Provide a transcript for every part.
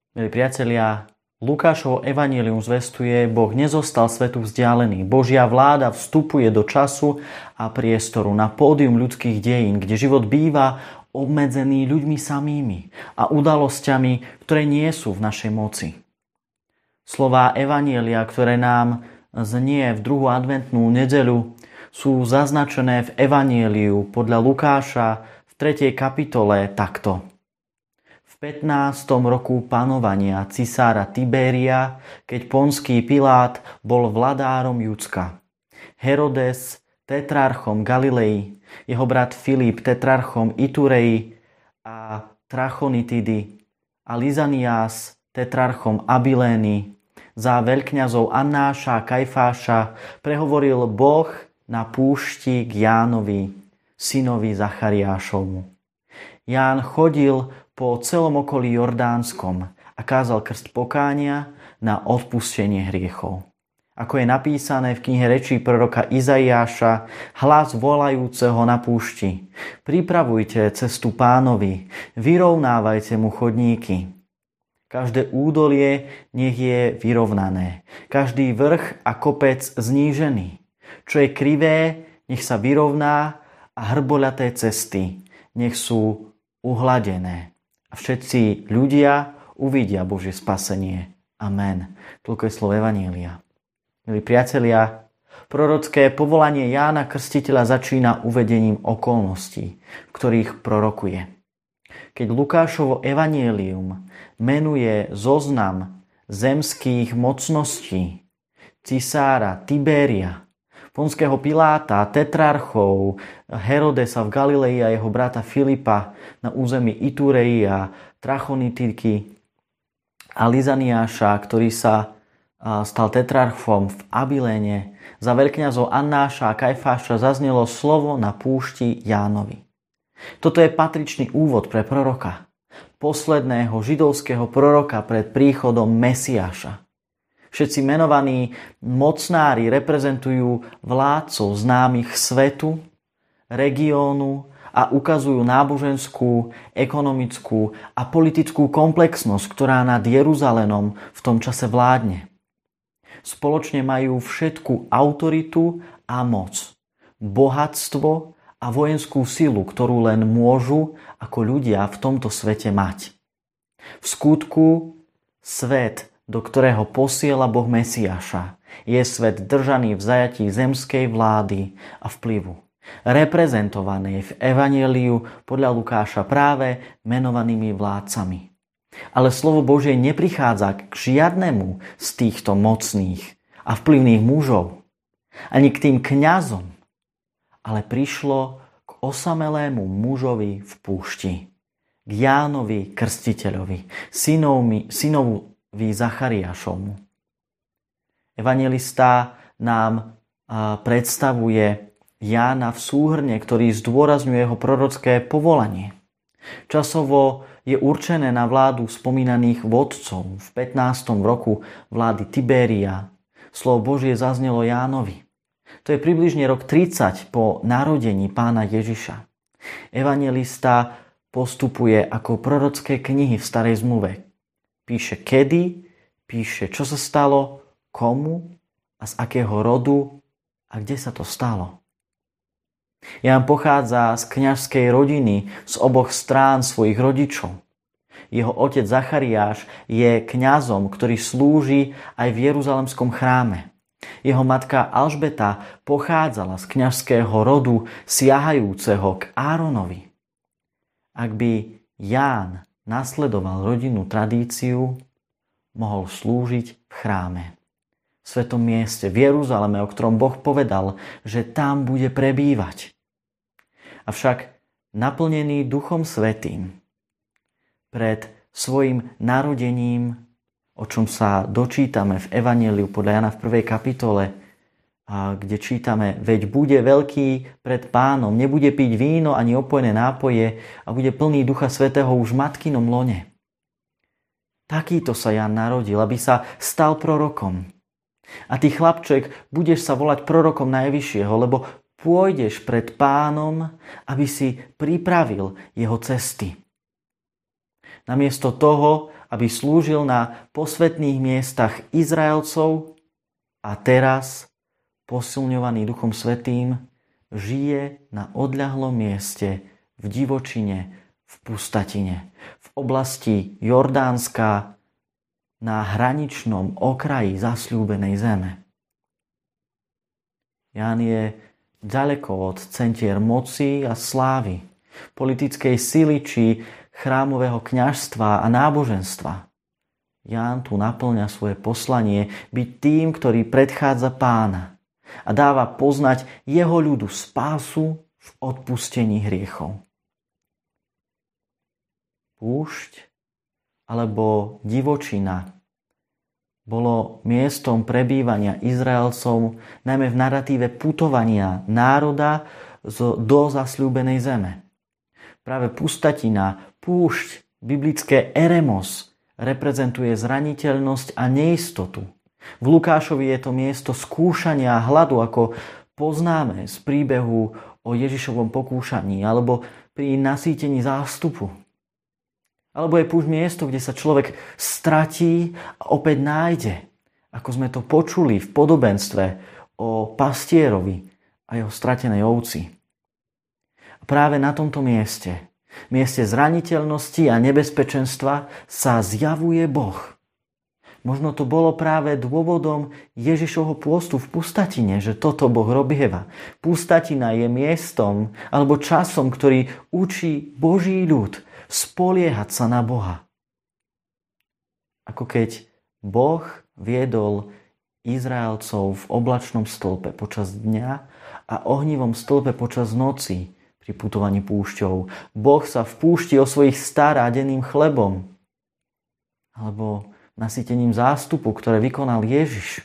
Milí priatelia, Lukášovo evanjelium zvestuje: Boh nezostal svetu vzdialený. Božia vláda vstupuje do času a priestoru na pódium ľudských dejín, kde život býva obmedzený ľuďmi samými a udalosťami, ktoré nie sú v našej moci. Slová evanjelia, ktoré nám znie v druhú adventnú nedeľu, sú zaznačené v evanjeliu podľa Lukáša v 3. kapitole takto. V 15. roku panovania cisára Tibéria, keď Ponský Pilát bol vladárom Judska, Herodes tetrarchom Galilei, jeho brat Filip tetrarchom Iturei a Trachonitidy a Lizanias tetrarchom Abilény, za veľkňazov Annáša a Kajfáša prehovoril Boh na púšti k Jánovi, synovi Zachariášovmu. Ján chodil po celom okolí Jordánskom a kázal krst pokánia na odpustenie hriechov. Ako je napísané v knihe rečí proroka Izaiáša, hlas volajúceho na púšti: Pripravujte cestu Pánovi, vyrovnávajte mu chodníky. Každé údolie nech je vyrovnané, každý vrch a kopec znížený. Čo je krivé, nech sa vyrovná a hrboľaté cesty nech sú uhladené. A všetci ľudia uvidia Božie spasenie. Amen. Toľko je slovo evanjelia. Milí priatelia, prorocké povolanie Jána Krstiteľa začína uvedením okolností, v ktorých prorokuje. Keď Lukášovo evanjelium menuje zoznam zemských mocností cisára Tibéria, Ponského Piláta, tetrarchov, Herodesa v Galilei a jeho brata Filipa na území Iturei a Trachonitiky a Lizaniáša, ktorý sa stal tetrarchom v Abiléne, za veľkňazov Annáša a Kajfáša zaznelo slovo na púšti Jánovi. Toto je patričný úvod pre proroka, posledného židovského proroka pred príchodom Mesiáša. Všetci menovaní mocnári reprezentujú vládcov známych svetu, regiónu a ukazujú náboženskú, ekonomickú a politickú komplexnosť, ktorá nad Jeruzalémom v tom čase vládne. Spoločne majú všetku autoritu a moc, bohatstvo a vojenskú silu, ktorú len môžu ako ľudia v tomto svete mať. V skutku svet, do ktorého posiela Boh Mesiáša, je svet držaný v zajatí zemskej vlády a vplyvu, reprezentovaný v evanjeliu podľa Lukáša práve menovanými vládcami. Ale slovo Božie neprichádza k žiadnemu z týchto mocných a vplyvných mužov, ani k tým kňazom, ale prišlo k osamelému mužovi v púšti, k Jánovi Krstiteľovi, synovu Zachariášovmu. Evanjelista nám predstavuje Jána v súhrne, ktorý zdôrazňuje jeho prorocké povolanie. Časovo je určené na vládu spomínaných vodcov v 15. roku vlády Tibéria. Slovo Božie zaznelo Jánovi. To je približne rok 30 po narodení Pána Ježiša. Evanjelista postupuje ako prorocké knihy v Starej zmluve. Píše kedy, píše čo sa stalo, komu a z akého rodu a kde sa to stalo. Ján pochádza z kňažskej rodiny z oboch strán svojich rodičov. Jeho otec Zachariáš je kňazom, ktorý slúži aj v Jeruzalemskom chráme. Jeho matka Alžbeta pochádzala z kňažského rodu siahajúceho k Áronovi. Ak by Ján nasledoval rodinnú tradíciu, mohol slúžiť v chráme, v svetom mieste v Jeruzaleme, o ktorom Boh povedal, že tam bude prebývať. Avšak naplnený Duchom Svätým pred svojim narodením, o čom sa dočítame v evanjeliu podľa Jana v 1. kapitole, kde čítame: Veď bude veľký pred Pánom, nebude piť víno ani opojné nápoje a bude plný Ducha Svätého už v matkinom lone. Takýto sa Ján narodil, aby sa stal prorokom. A ty, chlapček, budeš sa volať prorokom Najvyššieho, lebo pôjdeš pred Pánom, aby si pripravil jeho cesty. Namiesto toho, aby slúžil na posvätných miestach Izraelcov a teraz, posilňovaný Duchom Svätým, žije na odľahlom mieste v divočine, v pustatine, v oblasti Jordánska na hraničnom okraji zasľúbenej zeme. Ján je ďaleko od centier moci a slávy, politickej sily či chrámového kňazstva a náboženstva. Ján tu naplňa svoje poslanie byť tým, ktorý predchádza Pána a dáva poznať jeho ľudu spásu v odpustení hriechov. Púšť alebo divočina bolo miestom prebývania Izraelcov najmä v naratíve putovania národa do zasľúbenej zeme. Práve pustatina, púšť, biblické eremos reprezentuje zraniteľnosť a neistotu. V Lukášovi je to miesto skúšania a hladu, ako poznáme z príbehu o Ježišovom pokúšaní alebo pri nasýtení zástupu. Alebo je púšť miesto, kde sa človek stratí a opäť nájde, ako sme to počuli v podobenstve o pastierovi a jeho stratenej ovci. A práve na tomto mieste zraniteľnosti a nebezpečenstva sa zjavuje Boh. Možno to bolo práve dôvodom Ježišovho pôstu v pustatine, že toto Boh robieva. Pustatina je miestom alebo časom, ktorý učí Boží ľud spoliehať sa na Boha. Ako keď Boh viedol Izraelcov v oblačnom stĺpe počas dňa a ohnivom stĺpe počas noci pri putovaní púšťou. Boh sa v púšti o svojich stará denným chlebom alebo nasýtením zástupu, ktoré vykonal Ježiš.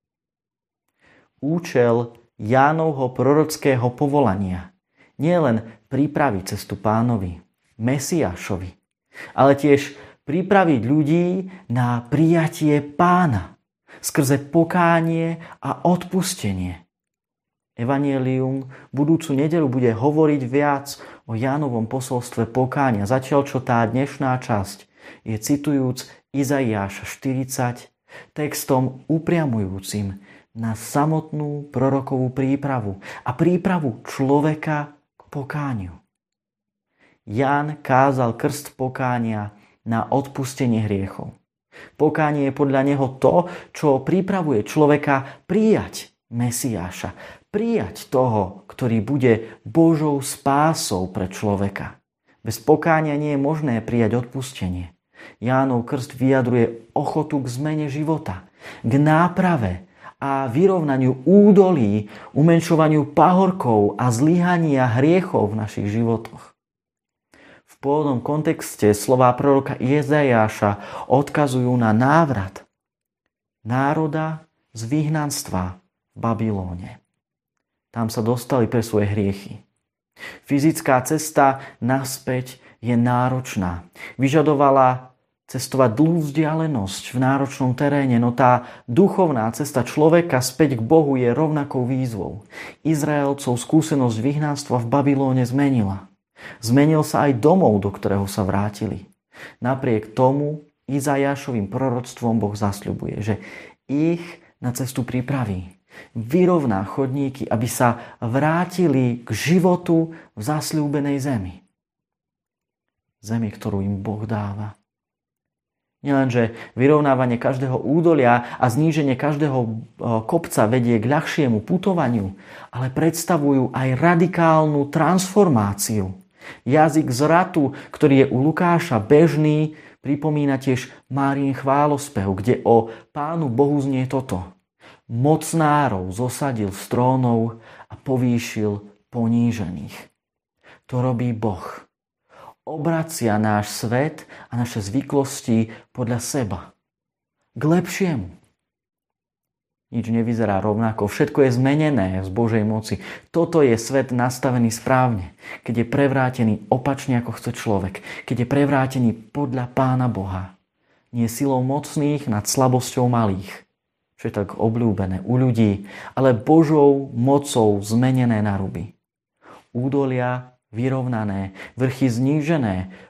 Účel Jánovho prorockého povolania nie len pripraviť cestu Pánovi, Mesiášovi, ale tiež pripraviť ľudí na prijatie Pána skrze pokánie a odpustenie. Evanjelium budúcu nedeľu bude hovoriť viac o Jánovom posolstve pokánia, zatiaľ čo tá dnešná časť je citujúc Izaiáša 40 textom upriamujúcim na samotnú prorokovú prípravu a prípravu človeka k pokániu. Ján kázal krst pokánia na odpustenie hriechov. Pokánie je podľa neho to, čo pripravuje človeka prijať Mesiáša, prijať toho, ktorý bude Božou spásou pre človeka. Bez pokánia nie je možné prijať odpustenie. Jánov krst vyjadruje ochotu k zmene života, k náprave a vyrovnaniu údolí, umenšovaniu pahorkov a zlyhania hriechov v našich životoch. V pôvodnom kontexte slová proroka Izaiáša odkazujú na návrat národa z vyhnanstva v Babylóne. Tam sa dostali pre svoje hriechy. Fyzická cesta naspäť je náročná. Vyžadovala cestovať dlhú vzdialenosť v náročnom teréne, no tá duchovná cesta človeka späť k Bohu je rovnakou výzvou. Izraelcov skúsenosť vyhnanstva v Babylóne zmenila. Zmenil sa aj domov, do ktorého sa vrátili. Napriek tomu Izaiášovým proroctvom Boh zasľubuje, že ich na cestu pripraví. Vyrovná chodníky, aby sa vrátili k životu v zasľúbenej zemi. Zemi, ktorú im Boh dáva. Nielenže vyrovnávanie každého údolia a zníženie každého kopca vedie k ľahšiemu putovaniu, ale predstavujú aj radikálnu transformáciu. Jazyk zratu, ktorý je u Lukáša bežný, pripomína tiež Márin chválospev, kde o Pánu Bohu znie toto. Mocnárov zosadil z trónov a povýšil ponížených. To robí Boh. Obracia náš svet a naše zvyklosti podľa seba. K lepšiemu. Nič nevyzerá rovnako, všetko je zmenené z Božej moci. Toto je svet nastavený správne, keď je prevrátený opačne ako chce človek, keď je prevrátený podľa Pána Boha. Nie silou mocných nad slabosťou malých, čo je tak obľúbené u ľudí, ale Božou mocou zmenené na ruby. Údolia vyrovnané, vrchy znížené,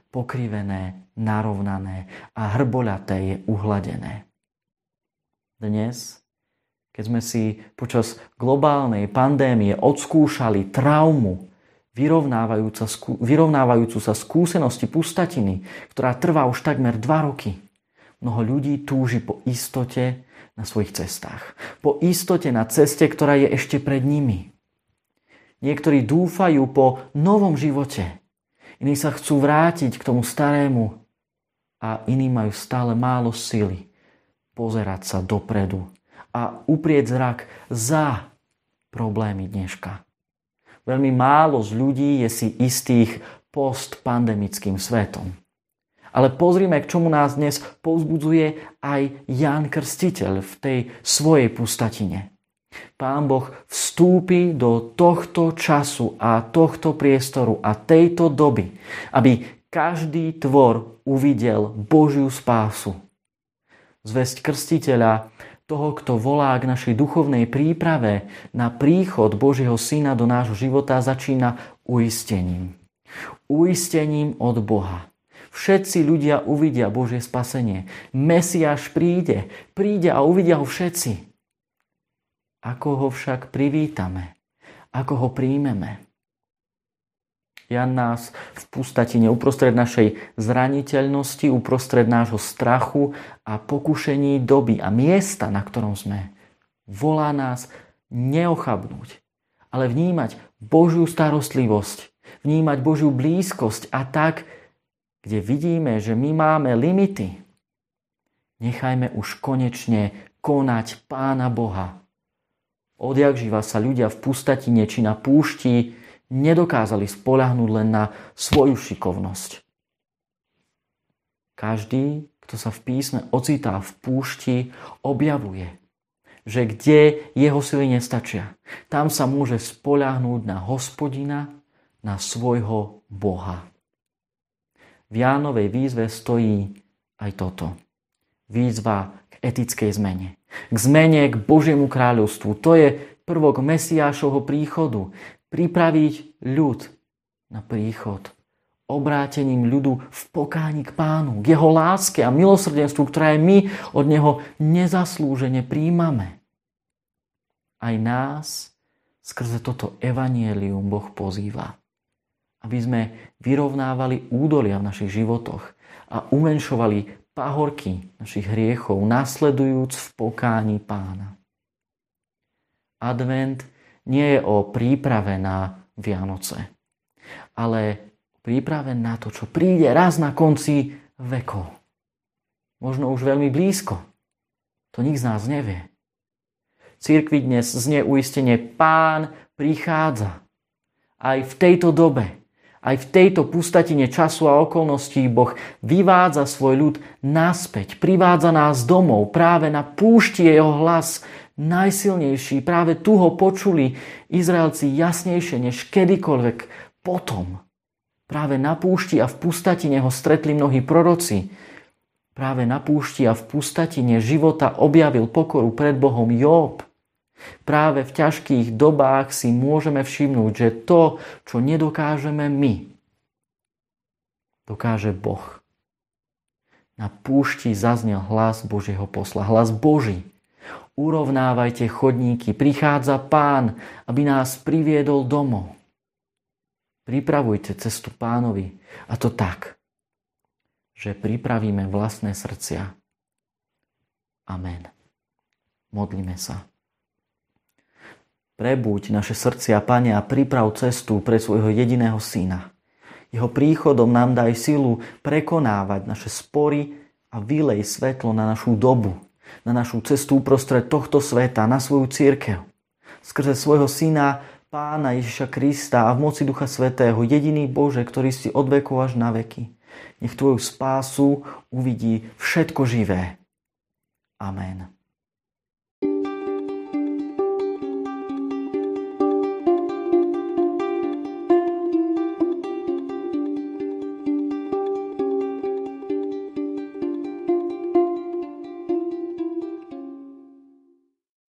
pokrivené, narovnané a hrboľaté je uhladené. Dnes, keď sme si počas globálnej pandémie odskúšali traumu, vyrovnávajúcu sa skúsenosti pustatiny, ktorá trvá už takmer 2 roky, mnoho ľudí túži po istote na svojich cestách. Po istote na ceste, ktorá je ešte pred nimi. Niektorí dúfajú po novom živote. Iní sa chcú vrátiť k tomu starému. A iní majú stále málo sily pozerať sa dopredu a uprieť zrak za problémy dneška. Veľmi málo z ľudí je si istých postpandemickým svetom. Ale pozrime, k čomu nás dnes povzbudzuje aj Ján Krstiteľ v tej svojej pustatine. Pán Boh vstúpi do tohto času a tohto priestoru a tejto doby, aby každý tvor uvidel Božiu spásu. Zvesť Krstiteľa, toho, kto volá k našej duchovnej príprave na príchod Božieho Syna do nášho života, začína uistením. Uistením od Boha. Všetci ľudia uvidia Božie spasenie. Mesiáš príde a uvidia ho všetci. Ako ho však privítame? Ako ho príjmeme? Jan nás v pustatine uprostred našej zraniteľnosti, uprostred nášho strachu a pokušení doby a miesta, na ktorom sme, volá nás neochabnúť, ale vnímať Božiu starostlivosť, vnímať Božiu blízkosť a tak, kde vidíme, že my máme limity, nechajme už konečne konať Pána Boha. Odjakživa sa ľudia v pustatine či na púšti nedokázali spoľahnúť len na svoju šikovnosť. Každý, kto sa v písme ocitá v púšti, objavuje, že kde jeho sily nestačia, tam sa môže spoľahnúť na Hospodina, na svojho Boha. V Jánovej výzve stojí aj toto. Výzva k etickej zmene. K zmene k Božiemu kráľovstvu. To je prvok Mesiášovho príchodu. Pripraviť ľud na príchod. Obrátením ľudu v pokáni k Pánu. K jeho láske a milosrdenstvu, ktoré my od neho nezaslúžene príjmame. Aj nás skrze toto evanjelium Boh pozýva. Aby sme vyrovnávali údolia v našich životoch a umenšovali pahorky našich hriechov, nasledujúc v pokáni Pána. Advent nie je o príprave na Vianoce, ale príprave na to, čo príde raz na konci vekov. Možno už veľmi blízko. To nik z nás nevie. Cirkvi dnes znie uistenie: Pán prichádza. Aj v tejto dobe, aj v tejto pustatine času a okolností Boh vyvádza svoj ľud naspäť, privádza nás domov. Práve na púšti je jeho hlas najsilnejší. Práve tu ho počuli Izraelci jasnejšie než kedykoľvek potom. Práve na púšti a v pustatine ho stretli mnohí proroci. Práve na púšti a v pustatine života objavil pokoru pred Bohom Jób. Práve v ťažkých dobách si môžeme všimnúť, že to, čo nedokážeme my, dokáže Boh. Na púšti zaznel hlas Božieho posla, hlas Boží. Urovnávajte chodníky, prichádza Pán, aby nás priviedol domov. Pripravujte cestu Pánovi, a to tak, že pripravíme vlastné srdcia. Amen. Modlíme sa. Prebuď naše srdcia, Pane, a priprav cestu pre svojho jediného Syna. Jeho príchodom nám daj silu prekonávať naše spory a vylej svetlo na našu dobu, na našu cestu uprostred tohto sveta, na svoju cirkev. Skrze svojho Syna, Pána Ježiša Krista a v moci Ducha Svätého, jediný Bože, ktorý si od vekov až na veky. Nech tvoju spásu uvidí všetko živé. Amen.